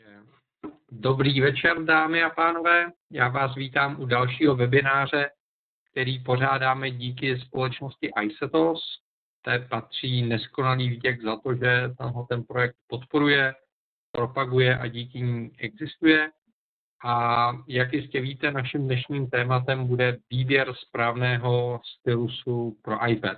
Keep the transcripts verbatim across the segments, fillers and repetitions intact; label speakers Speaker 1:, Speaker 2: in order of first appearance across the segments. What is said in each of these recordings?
Speaker 1: Dobrý večer, dámy a pánové. Já vás vítám u dalšího webináře, který pořádáme díky společnosti iSetos. Té patří neskonalý výděk za to, že ten projekt podporuje, propaguje a díky ní existuje. A jak jistě víte, naším dnešním tématem bude výběr správného stylusu pro iPad.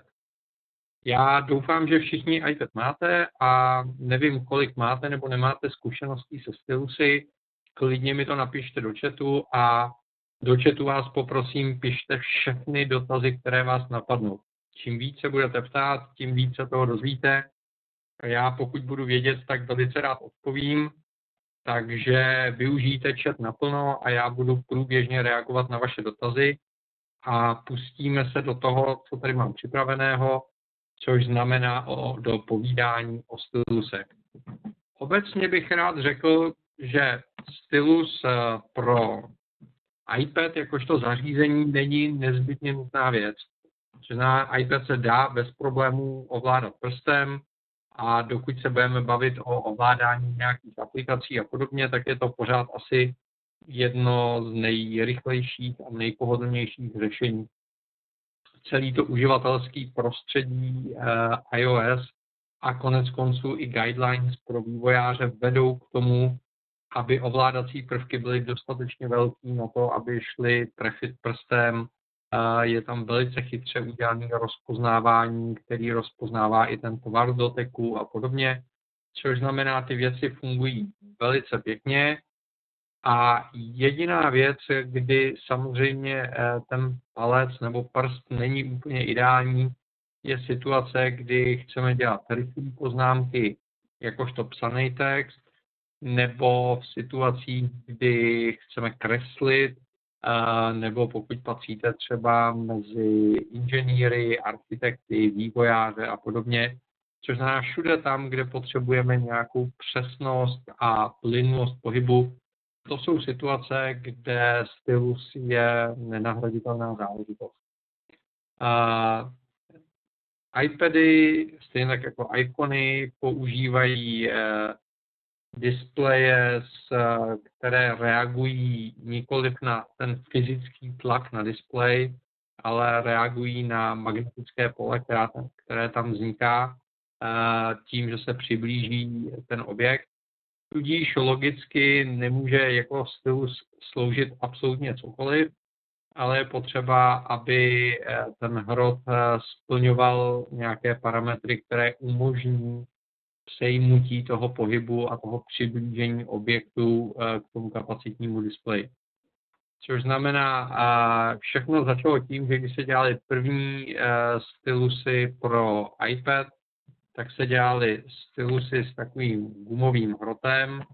Speaker 1: Já doufám, že všichni iPad máte a nevím, kolik máte nebo nemáte zkušeností se stylusy. Klidně mi to napište do chatu a do chatu vás poprosím, pište všechny dotazy, které vás napadnou. Čím více budete ptát, tím více toho dozvíte. Já pokud budu vědět, tak velice rád odpovím. Takže využijte chat naplno a já budu průběžně reagovat na vaše dotazy a pustíme se do toho, co tady mám připraveného, což znamená o, do povídání o stylusech. Obecně bych rád řekl, že stylus pro iPad jakožto zařízení není nezbytně nutná věc. Že na iPad se dá bez problémů ovládat prstem a dokud se budeme bavit o ovládání nějakých aplikací a podobně, tak je to pořád asi jedno z nejrychlejších a nejpohodlnějších řešení. Celý to uživatelský prostředí eh, iOS a konec konců i guidelines pro vývojáře vedou k tomu, aby ovládací prvky byly dostatečně velký na to, aby šly trefit prstem. Eh, je tam velice chytře udělané rozpoznávání, který rozpoznává i ten tvar doteku a podobně, což znamená, ty věci fungují velice pěkně. A jediná věc, kdy samozřejmě ten palec nebo prst není úplně ideální, je situace, kdy chceme dělat rychlé poznámky jakožto psaný text, nebo v situacích, kdy chceme kreslit, nebo pokud patříte třeba mezi inženýry, architekty, vývojáře a podobně, což znamená všude tam, kde potřebujeme nějakou přesnost a plynnost pohybu. To jsou situace, kde stylus je nenahraditelná záležitost. Uh, iPady, stejně tak jako iPhony, používají uh, displeje, uh, které reagují nikoliv na ten fyzický tlak na displeji, ale reagují na magnetické pole, která tam, které tam vzniká uh, tím, že se přiblíží ten objekt. Tudíž logicky nemůže jako stylus sloužit absolutně cokoliv, ale je potřeba, aby ten hrot splňoval nějaké parametry, které umožní přejmutí toho pohybu a toho přiblížení objektu k tomu kapacitnímu displeji. Což znamená, všechno začalo tím, že když se dělali první stylusy pro iPad, tak se dělaly stylusy s takovým gumovým hrotem.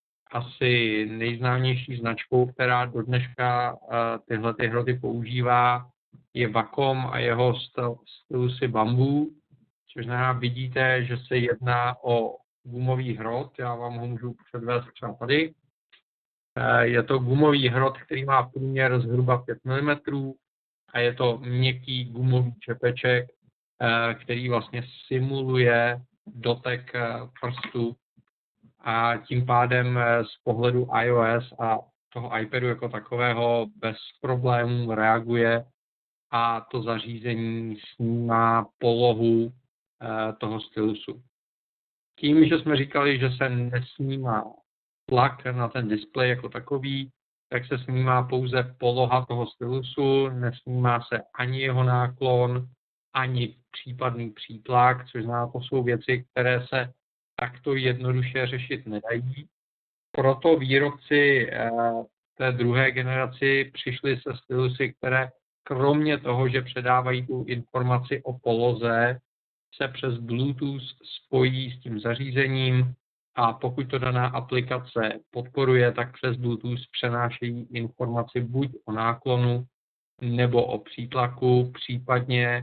Speaker 1: Asi nejznámější značkou, která do dneška uh, tyhle ty hroty používá, je Wacom a jeho stylusy Bamboo, což znamená, vidíte, že se jedná o gumový hrot. Já vám ho můžu předvést třeba tady. Uh, je to gumový hrot, který má průměr zhruba pět milimetrů a je to měkký gumový čepeček, který vlastně simuluje dotek prstu a tím pádem z pohledu iOS a toho iPadu jako takového bez problémů reaguje a to zařízení snímá polohu toho stylusu. Tím, že jsme říkali, že se nesnímá tlak na ten displej jako takový, tak se snímá pouze poloha toho stylusu, nesnímá se ani jeho náklon, ani případný přítlak, což znamená, to jsou věci, které se takto jednoduše řešit nedají. Proto výrobci eh, té druhé generaci přišli se stylusy, které kromě toho, že předávají tu informaci o poloze, se přes Bluetooth spojí s tím zařízením a pokud to daná aplikace podporuje, tak přes Bluetooth přenášejí informaci buď o náklonu nebo o přítlaku, případně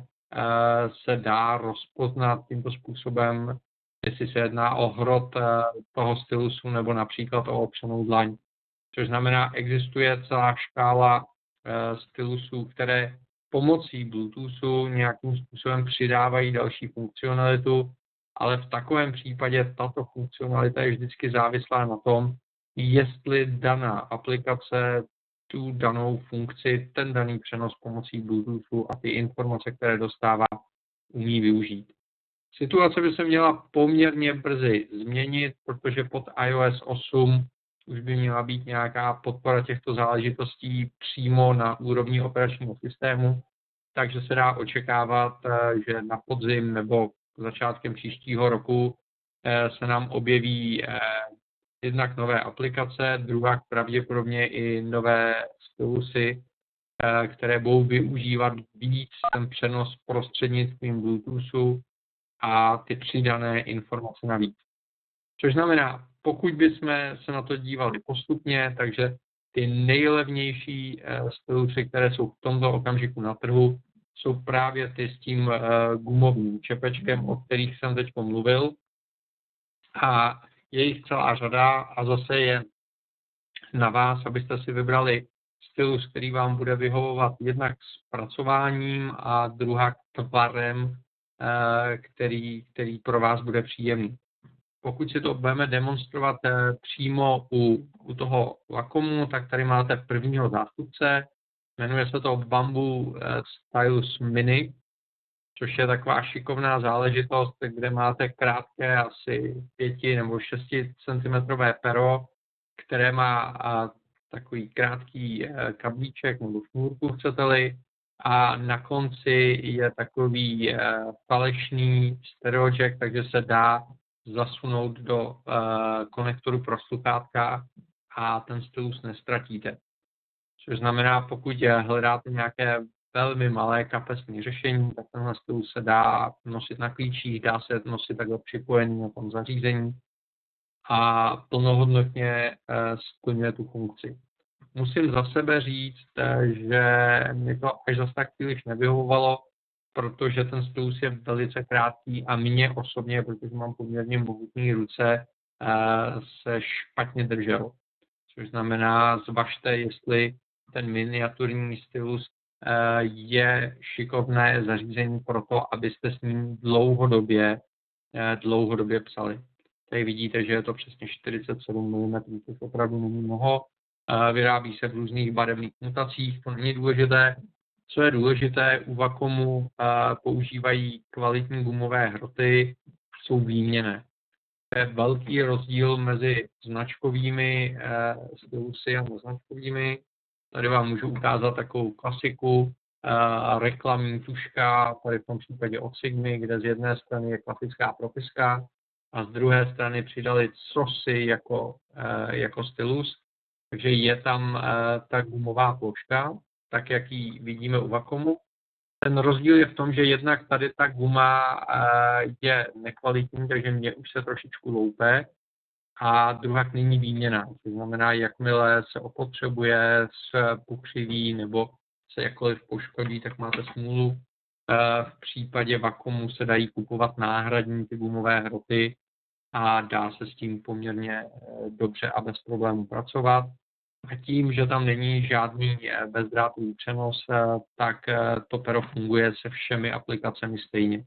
Speaker 1: se dá rozpoznat tímto způsobem, jestli se jedná o hrot toho stylusu nebo například o opřenou dlaň. Což znamená, existuje celá škála stylusů, které pomocí Bluetoothu nějakým způsobem přidávají další funkcionalitu, ale v takovém případě tato funkcionalita je vždycky závislá na tom, jestli daná aplikace tu danou funkci, ten daný přenos pomocí Bluetoothu a ty informace, které dostává, umí využít. Situace by se měla poměrně brzy změnit, protože pod iOS osm už by měla být nějaká podpora těchto záležitostí přímo na úrovni operačního systému, takže se dá očekávat, že na podzim nebo začátkem příštího roku se nám objeví jednak nové aplikace, druhá pravděpodobně i nové stylusy, které budou využívat víc ten přenos prostřednictvím Bluetoothu a ty přidané informace navíc. Což znamená, pokud bychom se na to dívali postupně, takže ty nejlevnější stylusy, které jsou v tomto okamžiku na trhu, jsou právě ty s tím gumovým čepečkem, o kterých jsem teď mluvil. A je jich celá řada a zase je na vás, abyste si vybrali stylus, který vám bude vyhovovat jednak zpracováním a druhá tvarem, který, který pro vás bude příjemný. Pokud si to budeme demonstrovat přímo u, u toho Wacomu, tak tady máte prvního zástupce, jmenuje se to Bambu Stylus Mini, což je taková šikovná záležitost, kde máte krátké asi pěti nebo šesti centimetrové pero, které má a, takový krátký a, kablíček nebo šňůrku, chcete-li, a na konci je takový a, falešný stereojack, takže se dá zasunout do a, konektoru pro sluchátka a ten stylus nestratíte. Což znamená, pokud hledáte nějaké velmi malé kapesní řešení, tak tenhle stylus se dá nosit na klíčích, dá se nosit takhle připojený na tom zařízení a plnohodnotně e, splňuje tu funkci. Musím za sebe říct, že mi to až zase tak příliš nevyhovovalo, protože ten stylus je velice krátký a mě osobně, protože mám poměrně mohutné ruce, e, se špatně držel. Což znamená, zvažte, jestli ten miniaturní stylus je šikovné zařízení pro to, abyste s ním dlouhodobě, dlouhodobě psali. Tady vidíte, že je to přesně čtyřicet sedm milimetrů, což opravdu není mnoho. Vyrábí se v různých barevných mutacích, to není důležité. Co je důležité, u Wacomu používají kvalitní gumové hroty, jsou výměnné. To je velký rozdíl mezi značkovými stylusy a neznačkovými. Tady vám můžu ukázat takovou klasiku, uh, reklamní tužka, tady v tom případě od Sigmy, kde z jedné strany je klasická propiska a z druhé strany přidali cosi jako, uh, jako stylus. Takže je tam uh, ta gumová ploška, tak jak ji vidíme u Wacomu. Ten rozdíl je v tom, že jednak tady ta guma uh, je nekvalitní, takže mě už se trošičku loupe, a druhá není výměna. To znamená, jakmile se opotřebuje, se pokřiví nebo se jakkoliv poškodí, tak máte smůlu. V případě Wacomu se dají kupovat náhradní ty gumové hroty a dá se s tím poměrně dobře a bez problémů pracovat. A tím, že tam není žádný bezdrátový přenos, tak to pero funguje se všemi aplikacemi stejně.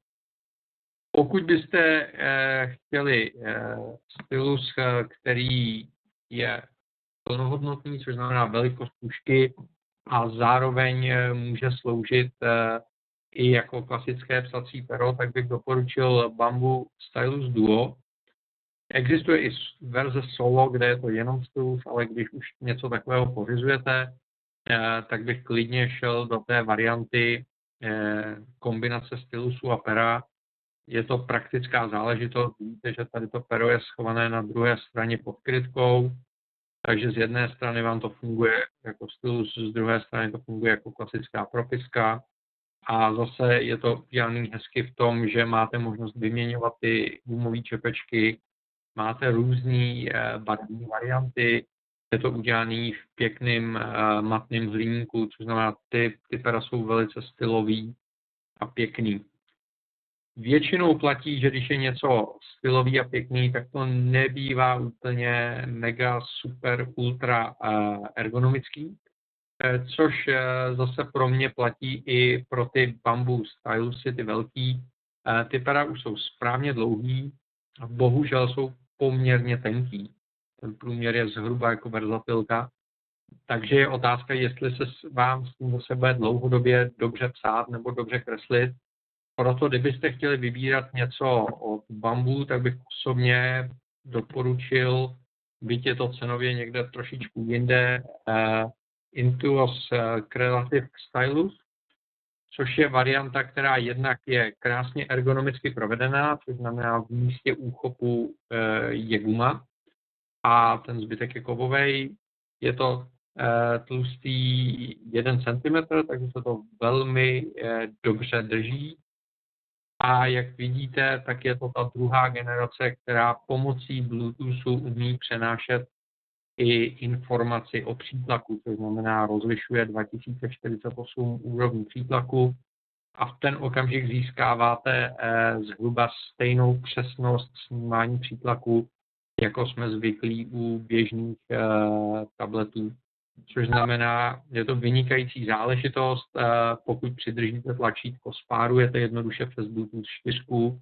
Speaker 1: Pokud byste eh, chtěli eh, stylus, který je plnohodnotný, což znamená velikost tužky a zároveň eh, může sloužit eh, i jako klasické psací pero, tak bych doporučil Bambu Stylus Duo. Existuje i verze Solo, kde je to jenom stylus, ale když už něco takového pořizujete, eh, tak bych klidně šel do té varianty eh, kombinace stylusu a pera. Je to praktická záležitost, víte, že tady to pero je schované na druhé straně pod krytkou, takže z jedné strany vám to funguje jako stylus, z druhé strany to funguje jako klasická propiska a zase je to udělané hezky v tom, že máte možnost vyměňovat ty gumové čepečky, máte různé barevné varianty, je to udělané v pěkným matném hliníku, což znamená, ty, ty pera jsou velice stylový a pěkný. Většinou platí, že když je něco stylový a pěkný, tak to nebývá úplně mega, super, ultra ergonomický, což zase pro mě platí i pro ty Bambu stylusy, ty velký. Ty pera už jsou správně dlouhý a bohužel jsou poměrně tenký. ten průměr je zhruba jako verzatilka. Takže je otázka, jestli se vám s tím zase bude dlouhodobě dobře psát nebo dobře kreslit. Proto, kdybyste chtěli vybírat něco od Bambu, tak bych osobně doporučil, byť je to cenově někde trošičku jinde, uh, Intuos uh, Creative Stylus, což je varianta, která jednak je krásně ergonomicky provedená, což znamená v místě úchopu uh, je guma a ten zbytek je kovovej. Je to uh, tlustý jeden centimetr, takže se to velmi uh, dobře drží. A jak vidíte, tak je to ta druhá generace, která pomocí Bluetoothu umí přenášet i informaci o přítlaku, to znamená rozlišuje dva tisíce čtyřicet osm úrovní přítlaku a v ten okamžik získáváte eh, zhruba stejnou přesnost snímání přítlaku, jako jsme zvyklí u běžných eh, tabletů. Což znamená, je to vynikající záležitost, eh, pokud přidržíte tlačítko, spárujete jednoduše přes Bluetooth čtyři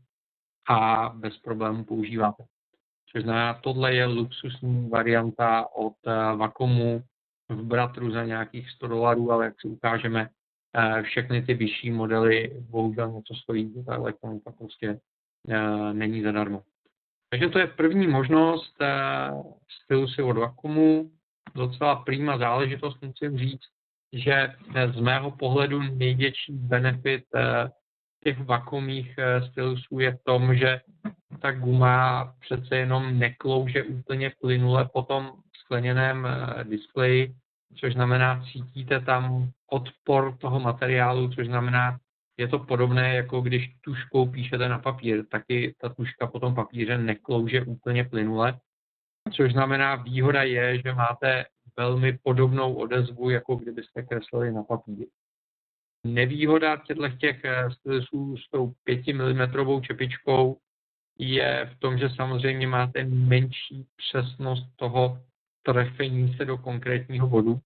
Speaker 1: a bez problémů používáte. Což znamená, tohle je luxusní varianta od uh, Wacomu v bratru za nějakých sto dolarů, ale jak si ukážeme, uh, všechny ty vyšší modely bohužel něco stojí, ta elektronika prostě uh, není zadarmo. Takže to je první možnost uh, stylusy od Wacomu, docela prima záležitost, musím říct, že z mého pohledu největší benefit uh, těch vakuumních stylusů je v tom, že ta guma přece jenom neklouže úplně plynule po tom skleněném displeji, což znamená, cítíte tam odpor toho materiálu, což znamená, je to podobné, jako když tužkou píšete na papír, taky ta tužka po tom papíře neklouže úplně plynule, což znamená, výhoda je, že máte velmi podobnou odezvu, jako kdybyste kreslili na papír. Nevýhoda těchto těch stylusů s tou pěti milimetrů čepičkou je v tom, že samozřejmě máte menší přesnost toho trefení se do konkrétního bodu,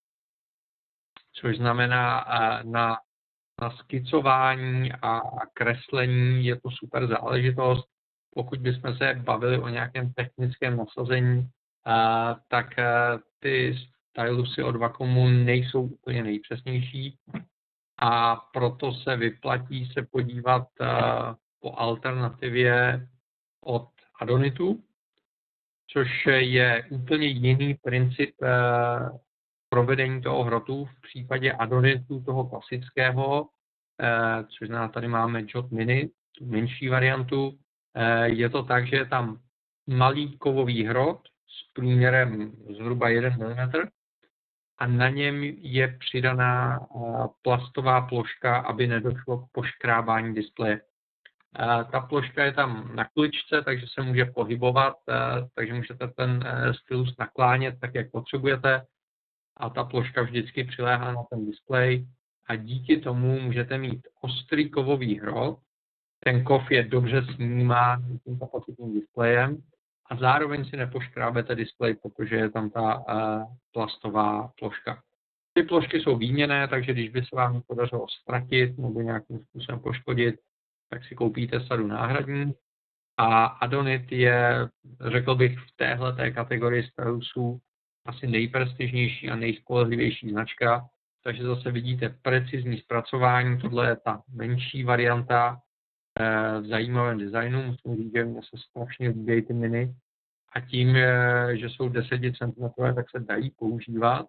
Speaker 1: což znamená na, na skicování a kreslení je to super záležitost. Pokud bychom se bavili o nějakém technickém nasazení, tak ty stylusy od Wacomu nejsou úplně nejpřesnější. A proto se vyplatí se podívat uh, po alternativě od Adonitu, což je úplně jiný princip uh, provedení toho hrotu. V případě Adonitu toho klasického, uh, což znamená, tady máme Jot Mini, tu menší variantu, uh, je to tak, že je tam malý kovový hrot s průměrem zhruba jeden milimetr, a na něm je přidaná plastová ploška, aby nedošlo k poškrábání displeje. Ta ploška je tam na kuličce, takže se může pohybovat, takže můžete ten stylus naklánět tak, jak potřebujete a ta ploška vždycky přiléhá na ten displej a díky tomu můžete mít ostrý kovový hrot. Ten kov je dobře snímán tím kapacitním displejem a zároveň si nepoškrábete displej, protože je tam ta uh, plastová ploška. Ty plošky jsou výměnné, takže když by se vám podařilo ztratit nebo nějakým způsobem poškodit, tak si koupíte sadu náhradní. A Adonit je, řekl bych, v téhleté kategorii stylusů asi nejprestižnější a nejspolehlivější značka. Takže zase vidíte precizní zpracování, tohle je ta menší varianta, v zajímavém designu, musím říct, že mě se strašně líbí ty mini a tím, že jsou deset centimetrů, tak se dají používat.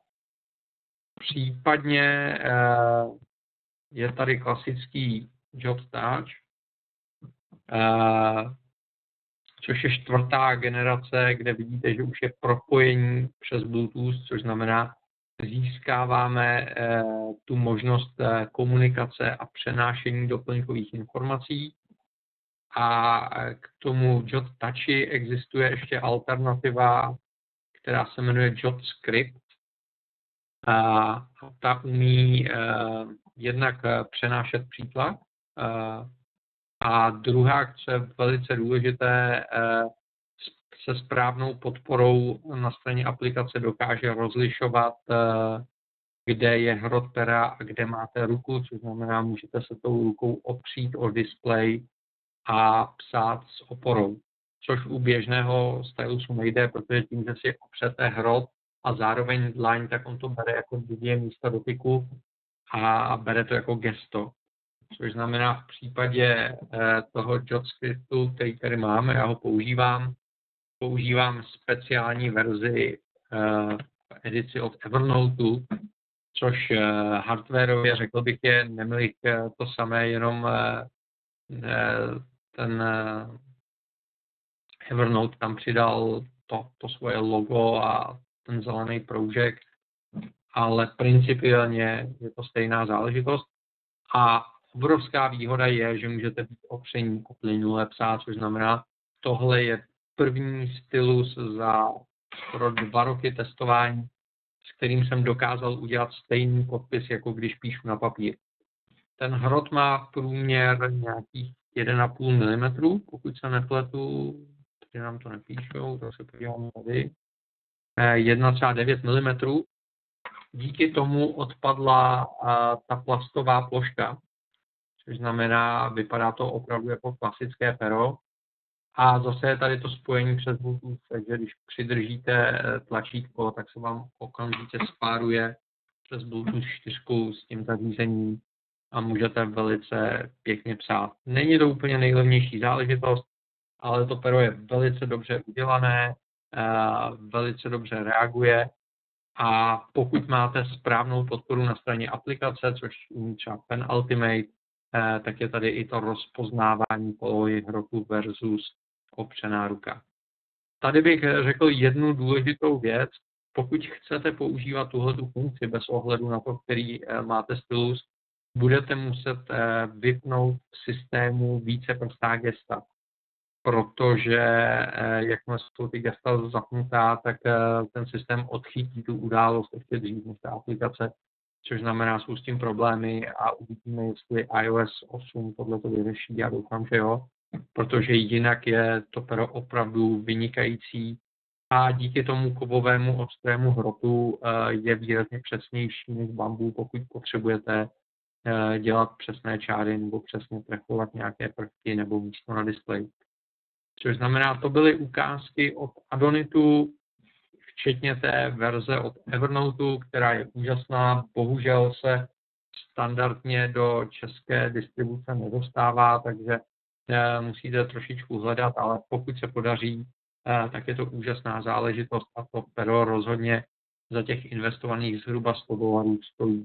Speaker 1: Případně je tady klasický Jot Touch, což je čtvrtá generace, kde vidíte, že už je propojení přes Bluetooth, což znamená, získáváme tu možnost komunikace a přenášení doplňkových informací. A k tomu Jot Touchi existuje ještě alternativa, která se jmenuje Jot Script. A ta umí uh, jednak přenášet přítlak uh, a druhá, co je velice důležité, uh, se správnou podporou na straně aplikace dokáže rozlišovat, uh, kde je hrot pera a kde máte ruku, což znamená, můžete se tou rukou opřít o displej a psát s oporou. což u běžného stylusu nejde, protože tím, že si opřete hrot a zároveň dlaň, tak on to bere jako dvě místa dotyku a bere to jako gesto. Což znamená v případě eh, toho JotScriptu, který tady máme, já ho používám, používám speciální verzi eh, edici od Evernoteu, což eh, hardwareově, řekl bych, je nemlich eh, to samé, jenom eh, ten eh, Evernote tam přidal to, to svoje logo a ten zelený proužek, ale principiálně je to stejná záležitost. A obrovská výhoda je, že můžete být opření o plynule psát, což znamená, tohle je první stylus za skoro dva roky testování, s kterým jsem dokázal udělat stejný podpis, jako když píšu na papír. Ten hrot má průměr nějakých jedna celá pět milimetru, pokud se nepletu, tady nám to nepíšou, to se podívám tady, jedna celá devět milimetrů. Díky tomu odpadla ta plastová ploška, což znamená, vypadá to opravdu jako klasické pero. A zase je tady to spojení přes Bluetooth, takže když přidržíte tlačítko, tak se vám okamžitě spáruje přes Bluetooth čtyři s tím zařízením a můžete velice pěkně psát. Není to úplně nejlevnější záležitost, ale to pero je velice dobře udělané, velice dobře reaguje a pokud máte správnou podporu na straně aplikace, což umí třeba Pen Ultimate, tak je tady i to rozpoznávání polohy hrotu versus opřená ruka. Tady bych řekl jednu důležitou věc. Pokud chcete používat tuhletu funkci bez ohledu na to, který máte stylus, budete muset vypnout v systému více prostá gesta. Protože jakmile jsou ty gesta zapnutá, tak ten systém odchytí tu událost ještě dřív než ta aplikace, což znamená, jsou s tím problémy a uvidíme, jestli iOS osm tohle to vyřeší. Já doufám, že jo, protože jinak je to pero opravdu vynikající a díky tomu kovovému ostrému hrotu je výrazně přesnější než bambu, pokud potřebujete dělat přesné čáry nebo přesně trefovat nějaké prvky nebo místo na displeji. Což znamená, to byly ukázky od Adonitu, včetně té verze od Evernoteu, která je úžasná. Bohužel se standardně do české distribuce nedostává, takže musíte trošičku hledat, ale pokud se podaří, tak je to úžasná záležitost a to pero rozhodně za těch investovaných zhruba sto dolarů stojí.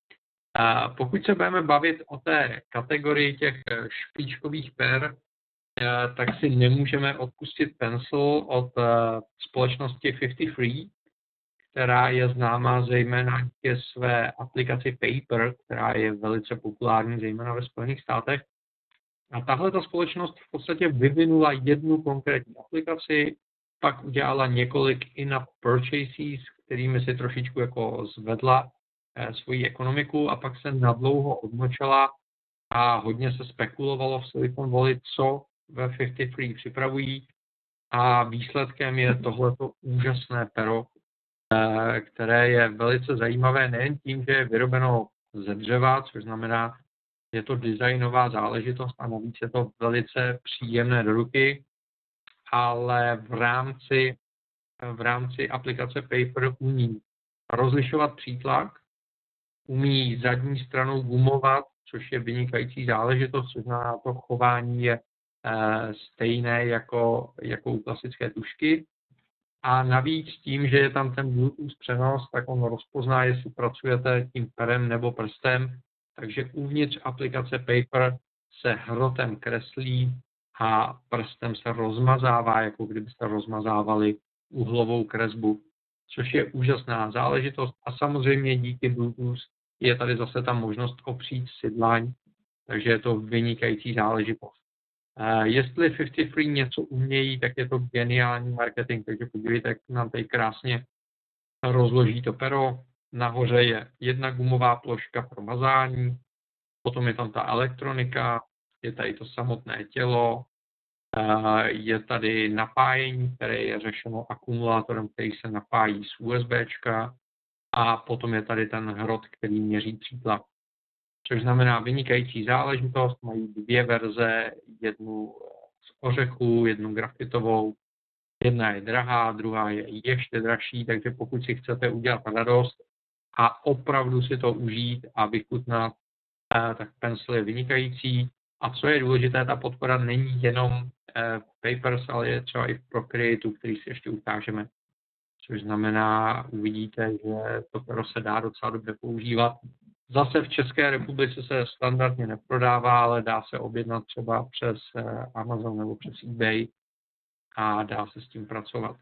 Speaker 1: Pokud se budeme bavit o té kategorii těch špičkových per, tak si nemůžeme odpustit Pencil od společnosti padesát tři, která je známá zejména díky své aplikaci Paper, která je velice populární zejména ve Spojených státech. A tahle ta společnost v podstatě vyvinula jednu konkrétní aplikaci, pak udělala několik in-app purchases, kterými si trošičku jako zvedla eh, svoji ekonomiku a pak se nadlouho odmlčela a hodně se spekulovalo v Silicon Valley, co ve padesát tři připravují a výsledkem je tohleto úžasné pero, eh, které je velice zajímavé nejen tím, že je vyrobeno ze dřeva, což znamená, je to designová záležitost a navíc je to velice příjemné do ruky, ale v rámci, v rámci aplikace Paper umí rozlišovat přítlak, umí zadní stranou gumovat, což je vynikající záležitost, což znamená, to chování je eh, stejné jako, jako u klasické tužky. A navíc tím, že je tam ten Bluetooth přenos, tak on rozpozná, jestli pracujete tím perem nebo prstem. Takže uvnitř aplikace Paper se hrotem kreslí a prstem se rozmazává, jako kdybyste rozmazávali uhlovou kresbu, což je úžasná záležitost. A samozřejmě díky Bluetooth je tady zase ta možnost opřít si dlaň, takže je to vynikající záležitost. Jestli padesát tři něco umějí, tak je to geniální marketing, takže podívejte, jak nám tady krásně rozloží to pero. Nahoře je jedna gumová ploška pro mazání, potom je tam ta elektronika, je tady to samotné tělo, je tady napájení, které je řešeno akumulátorem, který se napájí z USBčka a potom je tady ten hrot, který měří přítlak. Což znamená vynikající záležitost, mají dvě verze, jednu s ořechů, jednu grafitovou. Jedna je drahá, druhá je ještě dražší, takže pokud si chcete udělat radost a opravdu si to užít a vychutnat, tak pencil je vynikající. A co je důležité, ta podpora není jenom v Papers, ale je třeba i v Procreateu, který si ještě ukážeme. Což znamená, uvidíte, že to pero se dá docela dobře používat. Zase v České republice se standardně neprodává, ale dá se objednat třeba přes Amazon nebo přes eBay a dá se s tím pracovat.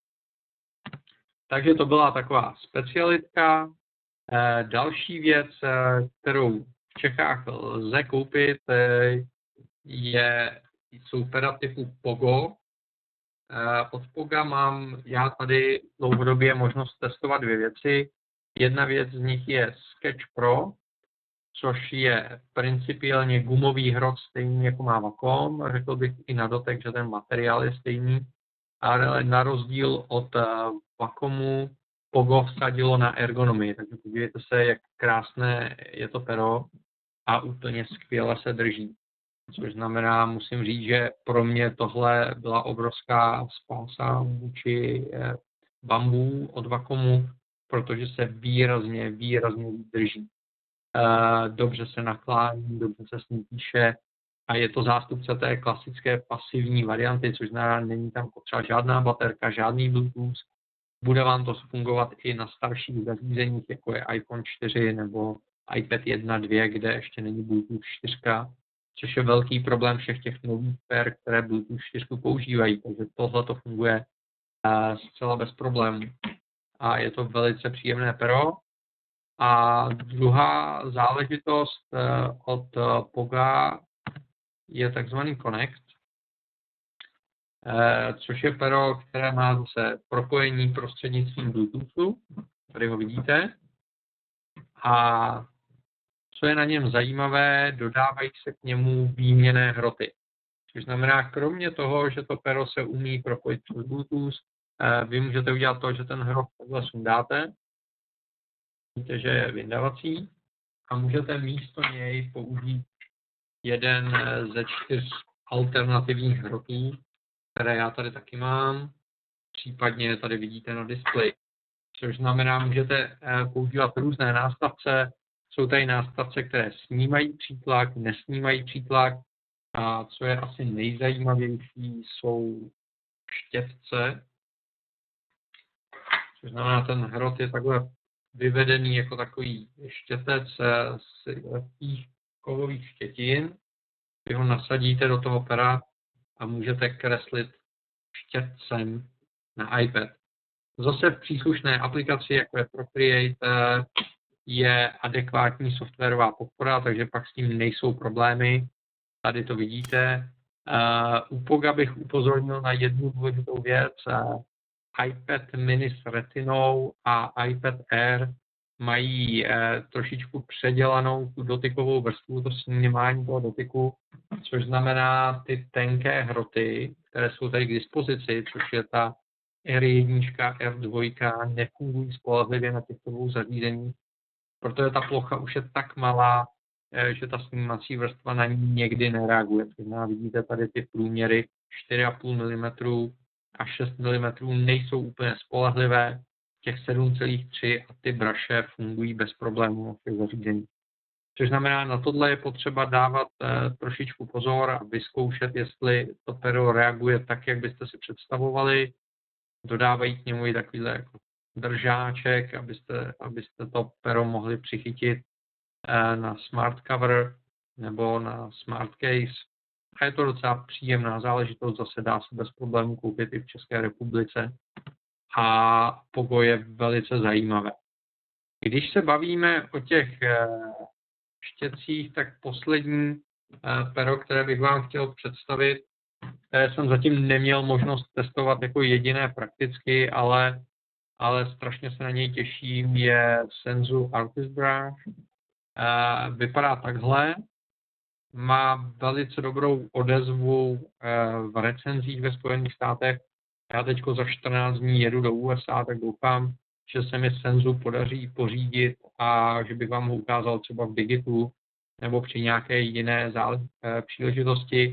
Speaker 1: Takže to byla taková specialitka. Další věc, kterou v Čechách lze koupit, je, jsou pera typu Pogo. Od Poga mám já tady dlouhodobě možnost testovat dvě věci. Jedna věc z nich je Sketch Pro, což je principiálně gumový hrot stejný jako má Wacom. Řekl bych i na dotek, že ten materiál je stejný, ale na rozdíl od Wacomu Pogo vsadilo na ergonomii. Takže podívejte se, jak krásné je to pero a úplně skvěle se drží. Což znamená, musím říct, že pro mě tohle byla obrovská spása vůči bambu od Wacomu, protože se výrazně, výrazně drží. Dobře se naklání, dobře se s ním píše a je to zástupce té klasické pasivní varianty, což znamená, není tam potřeba žádná baterka, žádný Bluetooth. Bude vám to fungovat i na starších zařízeních, jako je iPhone čtyři nebo iPad jedna, dva, kde ještě není Bluetooth čtyři, což je velký problém všech těch nových per, které Bluetooth čtyři používají. Takže tohle to funguje uh, zcela bez problémů. A je to velice příjemné pero. A druhá záležitost uh, od uh, Poga je takzvaný Connect, uh, což je pero, které má zase propojení prostřednictvím Bluetoothu. Tady ho vidíte. A co je na něm zajímavé, dodávají se k němu výměnné hroty. Což znamená, kromě toho, že to pero se umí propojit přes Bluetooth, vy můžete udělat to, že ten hrot takhle sundáte, víte, že je vyndavací, a můžete místo něj použít jeden ze čtyř alternativních hrotů, které já tady taky mám, případně tady vidíte na displeji. Což znamená, můžete používat různé nástavce. Jsou tady nástavce, které snímají přítlak, nesnímají přítlak. A co je asi nejzajímavější, jsou štětce. Což znamená, ten hrot je takhle vyvedený jako takový štětec z lehkých kovových štětin. Vy ho nasadíte do toho pera a můžete kreslit štětcem na iPad. Zase v příslušné aplikaci, jako je Procreate, je adekvátní softwarová podpora, takže pak s tím nejsou problémy. Tady to vidíte. Uh, u Poga bych upozornil na jednu důležitou věc. Uh, iPad mini s retinou a iPad Air mají uh, trošičku předělanou tu dotykovou vrstvu, to snímání toho dotyku, což znamená ty tenké hroty, které jsou tady k dispozici, což je ta R jedna, R dva, nefungují spolehlivě na těchto dvou zařízeních, protože ta plocha už je tak malá, že ta snímací vrstva na ní někdy nereaguje. Znamená, vidíte tady ty průměry čtyři a půl milimetru a šest milimetrů nejsou úplně spolehlivé, těch sedm celá tři a ty braše fungují bez problémů na těch zařízeních. Což znamená, na tohle je potřeba dávat eh, trošičku pozor a vyzkoušet, jestli to pero reaguje tak, jak byste si představovali. Dodávají k němu i takovýhle jako držáček, abyste, abyste to pero mohli přichytit eh, na smart cover nebo na smart case. A je to docela příjemná záležitost, zase dá se bez problémů koupit i v České republice. A Pogo je velice zajímavé. Když se bavíme o těch eh, štětcích, tak poslední eh, pero, které bych vám chtěl představit, které jsem zatím neměl možnost testovat jako jediné prakticky, ale, ale strašně se na něj těším, je Senzu Artist Brush. Eh, vypadá takhle. Má velice dobrou odezvu eh, v recenzích ve Spojených státech. Já teď za čtrnáct dní jedu do U S A, tak doufám, že se mi Senzu podaří pořídit a že bych vám ho ukázal třeba v Digitu nebo při nějaké jiné zále- příležitosti.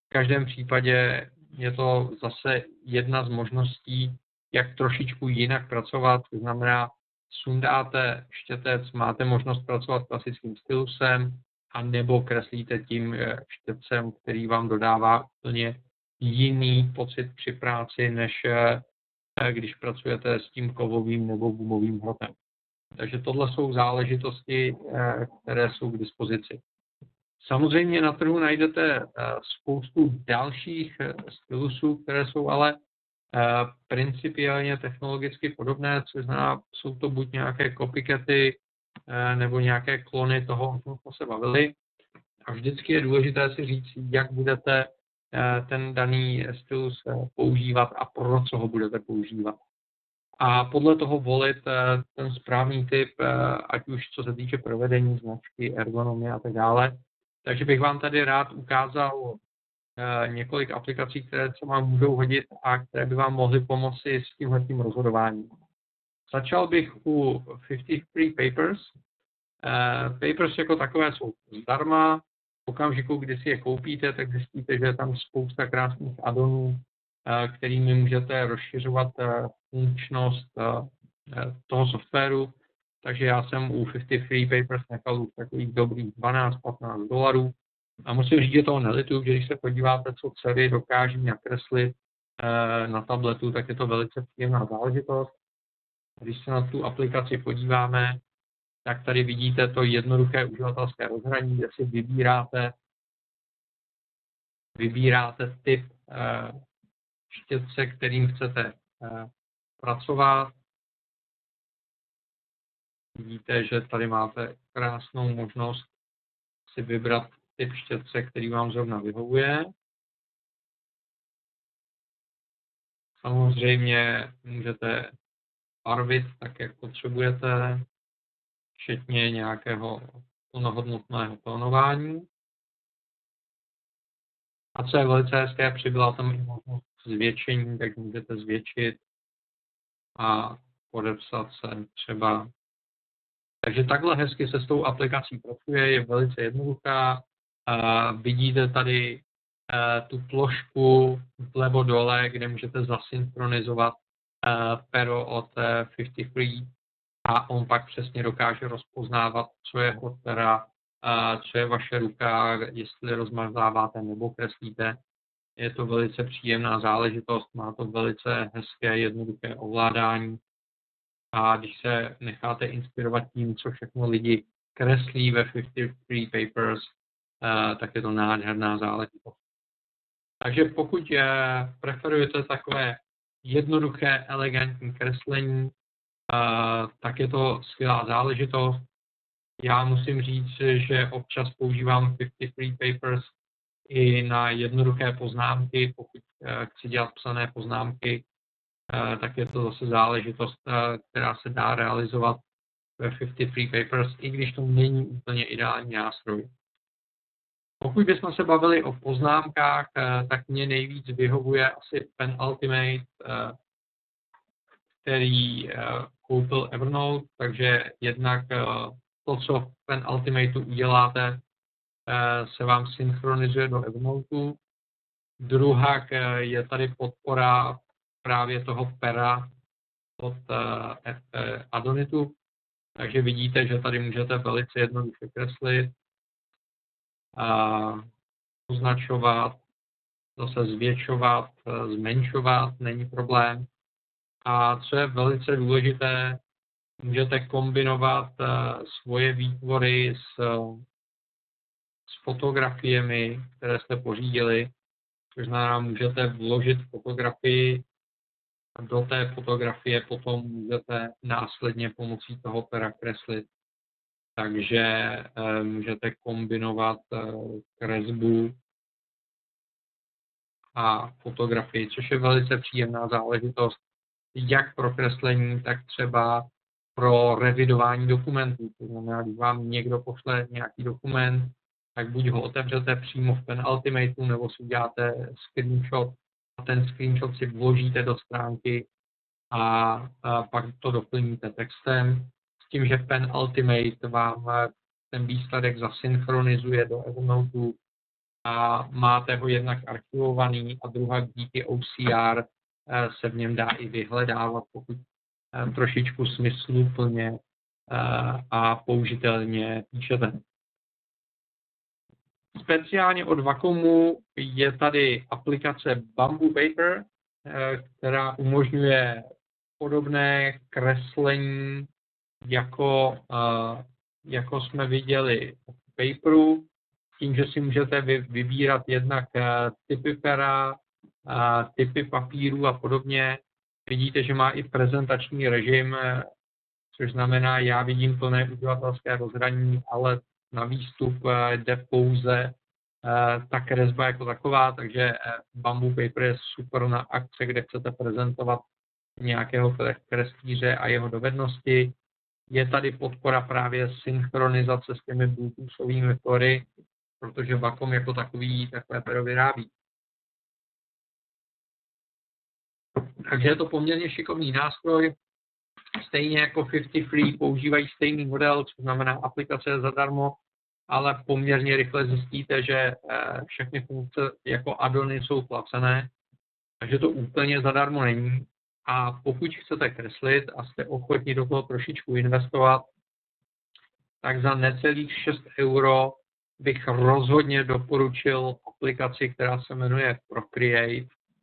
Speaker 1: V každém případě je to zase jedna z možností, jak trošičku jinak pracovat, to znamená, sundáte štětec, máte možnost pracovat klasickým stylusem, a nebo kreslíte tím štětcem, který vám dodává úplně jiný pocit při práci, než když pracujete s tím kovovým nebo gumovým hrotem. Takže tohle jsou záležitosti, které jsou k dispozici. Samozřejmě na trhu najdete spoustu dalších stylusů, které jsou ale principiálně technologicky podobné, což znamená, jsou to buď nějaké copycaty nebo nějaké klony toho, o čem jsme se bavili. A vždycky je důležité si říct, jak budete ten daný stylus používat a pro co ho budete používat. A podle toho volit ten správný typ, ať už co se týče provedení značky, ergonomie a tak dále. Takže bych vám tady rád ukázal několik aplikací, které se vám můžou hodit a které by vám mohly pomoci s tímhletím rozhodováním. Začal bych u padesát Free Papers. Papers jako takové jsou zdarma. V okamžiku, kdy si je koupíte, tak zjistíte, že je tam spousta krásných addonů, kterými můžete rozšiřovat funkčnost toho softwaru. Takže já jsem u padesát Free Papers nechal už takových dobrých dvanáct patnáct dolarů. A musím říct, že toho nelituju, že když se podíváte, co dcery dokáží nakreslit na tabletu, tak je to velice příjemná záležitost. Když se na tu aplikaci podíváme, tak tady vidíte to jednoduché uživatelské rozhraní, kde si vybíráte, vybíráte typ štětce, kterým chcete pracovat. Vidíte, že tady máte krásnou možnost si vybrat typ štětce, který vám zrovna vyhovuje. Samozřejmě můžete barvit tak, jak potřebujete, včetně nějakého plnohodnotného tónování. A co je velice hezké, přibyla tam i možnost zvětšení, tak můžete zvětšit a podepsat se třeba. Takže takhle hezky se s tou aplikací pracuje, je velice jednoduchá. A vidíte tady tu plošku vlevo dole, kde můžete zasynchronizovat pero od padesát Free a on pak přesně dokáže rozpoznávat, co je od pera, co je vaše ruka, jestli rozmazáváte nebo kreslíte. Je to velice příjemná záležitost, má to velice hezké, jednoduché ovládání. A když se necháte inspirovat tím, co všechno lidi kreslí ve padesát Free Papers, tak je to nádherná záležitost. Takže pokud preferujete takové jednoduché, elegantní kreslení, tak je to skvělá záležitost. Já musím říct, že občas používám padesát Free Papers i na jednoduché poznámky. Pokud chci dělat psané poznámky, tak je to zase záležitost, která se dá realizovat ve padesát Free Papers, i když to není úplně ideální nástroj. Pokud bychom se bavili o poznámkách, tak mě nejvíc vyhovuje asi Pen Ultimate, který koupil Evernote, takže jednak to, co v Pen Ultimateu uděláte, se vám synchronizuje do Evernoteu. Druhá je tady podpora právě toho pera od Addonitu, takže vidíte, že tady můžete velice jednoduše kreslit, a označovat, zase zvětšovat, zmenšovat, není problém. A co je velice důležité, můžete kombinovat svoje výtvory s, s fotografiemi, které jste pořídili, což znamená, můžete vložit fotografii a do té fotografie potom můžete následně pomocí toho pera kreslit. Takže e, můžete kombinovat e, kresbu a fotografii, což je velice příjemná záležitost, jak pro kreslení, tak třeba pro revidování dokumentů. To znamená, když vám někdo pošle nějaký dokument, tak buď ho otevřete přímo v Pen Ultimateu, nebo si uděláte screenshot a ten screenshot si vložíte do stránky a, a pak to doplníte textem. S tím, že Pen Ultimate vám ten výsledek zasynchronizuje do Evernoteu a máte ho jednak archivovaný a druhá díky O C R se v něm dá i vyhledávat, pokud trošičku smysluplně a použitelně píšete. Speciálně od Wacomu je tady aplikace Bamboo Paper, která umožňuje podobné kreslení, jako, jako jsme viděli v paperu, tím, že si můžete vybírat jednak typy pera, typy papíru a podobně. Vidíte, že má i prezentační režim, což znamená, já vidím plné uživatelské rozhraní, ale na výstup jde pouze ta kresba jako taková, takže Bamboo Paper je super na akce, kde chcete prezentovat nějakého kreslíře a jeho dovednosti. Je tady podpora právě synchronizace s těmi bluetoothovými tory, protože Wacom jako takový takové pero vyrábí. Takže je to poměrně šikovný nástroj. Stejně jako padesát Free používají stejný model, což znamená aplikace je zadarmo, ale poměrně rychle zjistíte, že všechny funkce jako addony jsou placené, takže to úplně zadarmo není. A pokud chcete kreslit a jste ochotní do toho trošičku investovat, tak za necelých šest euro bych rozhodně doporučil aplikaci, která se jmenuje Procreate,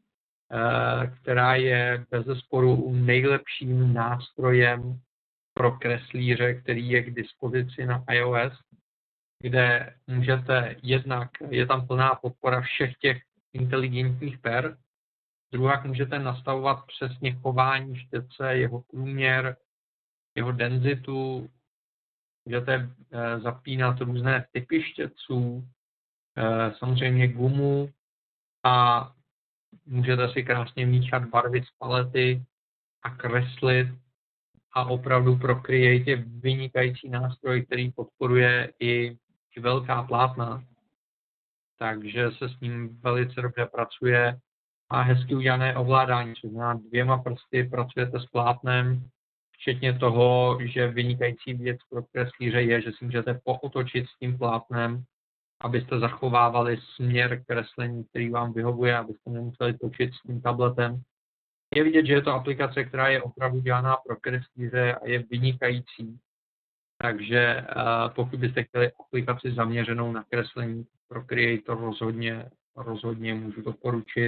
Speaker 1: která je bezesporu nejlepším nástrojem pro kreslíře, který je k dispozici na iOS, kde můžete jednak, je tam plná podpora všech těch inteligentních per, druhá můžete nastavovat přesně chování štětce, jeho průměr, jeho denzitu, můžete zapínat různé typy štětců, samozřejmě gumu a můžete si krásně míchat barvy z palety a kreslit a opravdu Procreate je vynikající nástroj, který podporuje i, i velká plátna, takže se s ním velice dobře pracuje a hezky udělané ovládání, což znamená dvěma prsty pracujete s plátnem, včetně toho, že vynikající věc pro kreslíře je, že si můžete pootočit s tím plátnem, abyste zachovávali směr kreslení, který vám vyhovuje, abyste nemuseli točit s tím tabletem. Je vidět, že je to aplikace, která je opravdu dělaná pro kreslíře a je vynikající. Takže uh, pokud byste chtěli aplikaci zaměřenou na kreslení, pro Creator rozhodně, rozhodně můžu doporučit.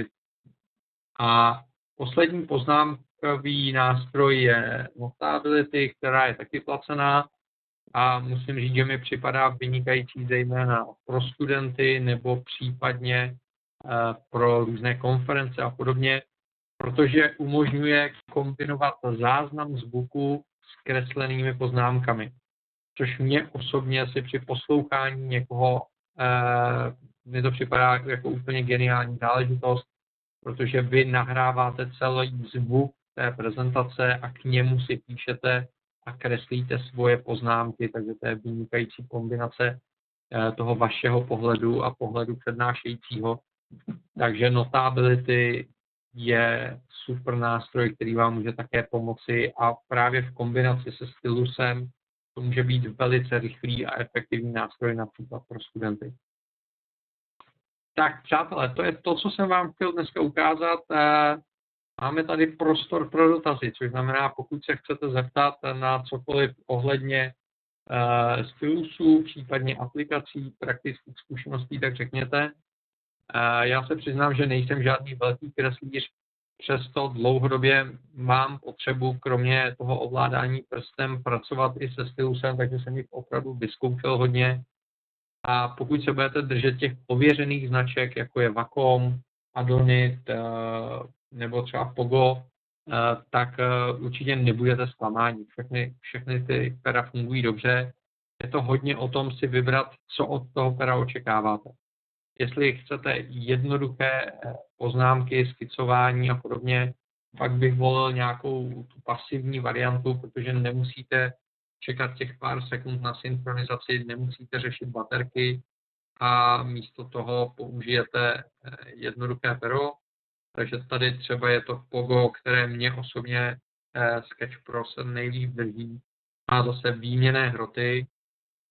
Speaker 1: A poslední poznámkový nástroj je Notability, která je taky placená. A musím říct, že mi připadá vynikající zejména pro studenty nebo případně pro různé konference a podobně, protože umožňuje kombinovat záznam zvuku s kreslenými poznámkami, což mě osobně si při poslouchání někoho, eh, mi to připadá jako úplně geniální záležitost, protože vy nahráváte celý zvuk té prezentace a k němu si píšete a kreslíte svoje poznámky, takže to je vynikající kombinace toho vašeho pohledu a pohledu přednášejícího. Takže Notability je super nástroj, který vám může také pomoci a právě v kombinaci se stylusem to může být velice rychlý a efektivní nástroj například pro studenty. Tak přátelé, to je to, co jsem vám chtěl dneska ukázat. Máme tady prostor pro dotazy, což znamená, pokud se chcete zeptat na cokoliv ohledně uh, stylusů, případně aplikací, praktických zkušeností, tak řekněte. Uh, já se přiznám, že nejsem žádný velký kreslíř, přesto dlouhodobě mám potřebu, kromě toho ovládání prstem, pracovat i se stylusem, takže jsem jich opravdu vyzkoušel hodně. A pokud se budete držet těch ověřených značek, jako je Wacom, Adonit, uh, nebo třeba Pogo, uh, tak uh, určitě nebudete zklamáni. Všechny, všechny ty pera fungují dobře. Je to hodně o tom si vybrat, co od toho pera očekáváte. Jestli chcete jednoduché poznámky, skicování a podobně, pak bych volil nějakou tu pasivní variantu, protože nemusíte čekat těch pár sekund na synchronizaci, nemusíte řešit baterky a místo toho použijete jednoduché pero. Takže tady třeba je to Pogo, které mě osobně Sketch Pro se nejlíp drží. Má zase výměnné hroty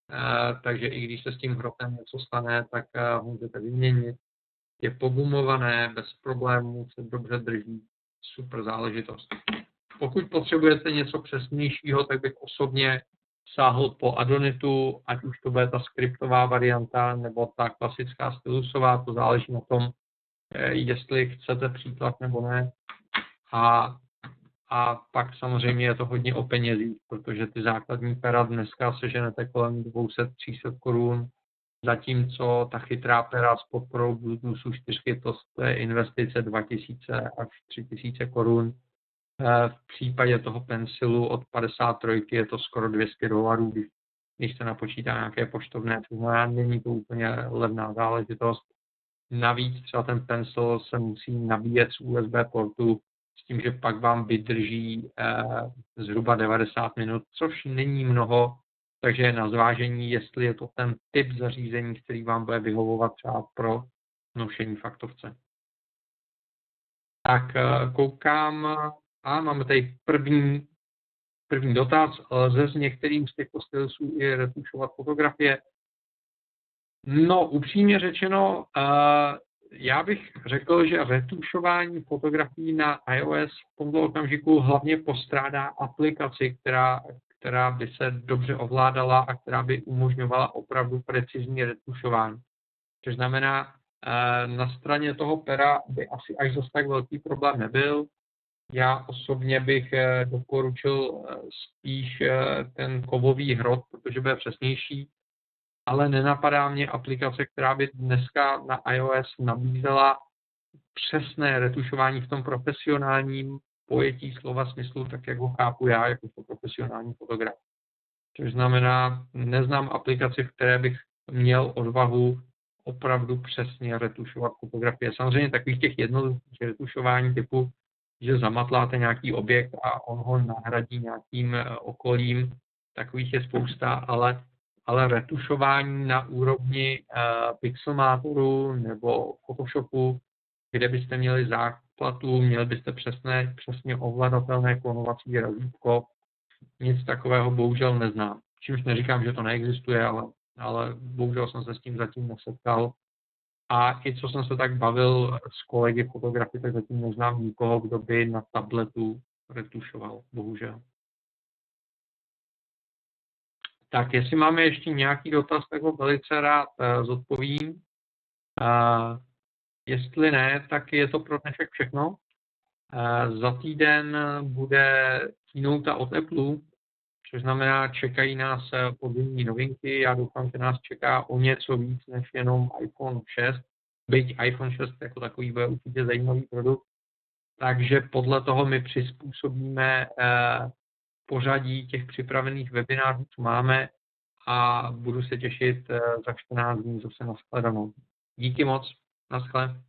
Speaker 1: takže i když se s tím hrotem něco stane, tak ho můžete vyměnit. Je pogumované, bez problémů, se dobře drží, super záležitost. Pokud potřebujete něco přesnějšího, tak bych osobně sáhl po Adonitu, ať už to bude ta skriptová varianta, nebo ta klasická stylusová, to záleží na tom, jestli chcete příklad nebo ne. A, a pak samozřejmě je to hodně o penězích, protože ty základní pera dneska seženete kolem dvě stě až tři sta korun, zatímco ta chytrá pera s podporou Bluetoothu čtyři, to je investice dva tisíce až tři tisíce korun. V případě toho pensilu od padesát tři je to skoro dvě stě dolarů, když, když se napočítá nějaké poštovné, to znamená, není to úplně levná záležitost. Navíc třeba ten pencil se musí nabíjet z U S B portu s tím, že pak vám vydrží eh, zhruba devadesát minut, což není mnoho, takže je na zvážení, jestli je to ten typ zařízení, který vám bude vyhovovat třeba pro nošení v aktovce. Tak eh, koukám, a máme tady první, první dotaz. Lze s některým z těchto stylusů i retušovat fotografie? No, upřímně řečeno, uh, já bych řekl, že retušování fotografií na iOS v tomto okamžiku hlavně postrádá aplikaci, která, která by se dobře ovládala a která by umožňovala opravdu precizní retušování. Což znamená, uh, na straně toho pera by asi až zase tak velký problém nebyl. Já osobně bych doporučil spíš ten kovový hrot, protože bude přesnější, ale nenapadá mě aplikace, která by dneska na iOS nabízela přesné retušování v tom profesionálním pojetí slova smyslu, tak jak ho chápu já jako profesionální fotograf. Což znamená, neznám aplikaci, v které bych měl odvahu opravdu přesně retušovat fotografie. Samozřejmě takových těch jednoduchých retušování typu, že zamatláte nějaký objekt a on ho nahradí nějakým okolím, takových je spousta, ale, ale retušování na úrovni uh, Pixelmatoru nebo Photoshopu, kde byste měli záplatu, měli byste přesné, přesně ovladatelné klonovací razítko, nic takového bohužel neznám. Čímž neříkám, že to neexistuje, ale, ale bohužel jsem se s tím zatím nesetkal. A i co jsem se tak bavil s kolegy fotografy, tak zatím neznám nikoho, kdo by na tabletu retušoval, bohužel. Tak jestli máme ještě nějaký dotaz, tak ho velice rád uh, zodpovím. Uh, jestli ne, tak je to pro dnešek všechno. Uh, za týden bude keynote od Apple, což znamená, čekají nás podzimní novinky. Já doufám, že nás čeká o něco víc než jenom iPhone šest. Byť iPhone šest jako takový bude určitě zajímavý produkt. Takže podle toho my přizpůsobíme eh, pořadí těch připravených webinářů, co máme, a budu se těšit eh, za čtrnáct dní zase na shledanou. Díky moc, na shledanou.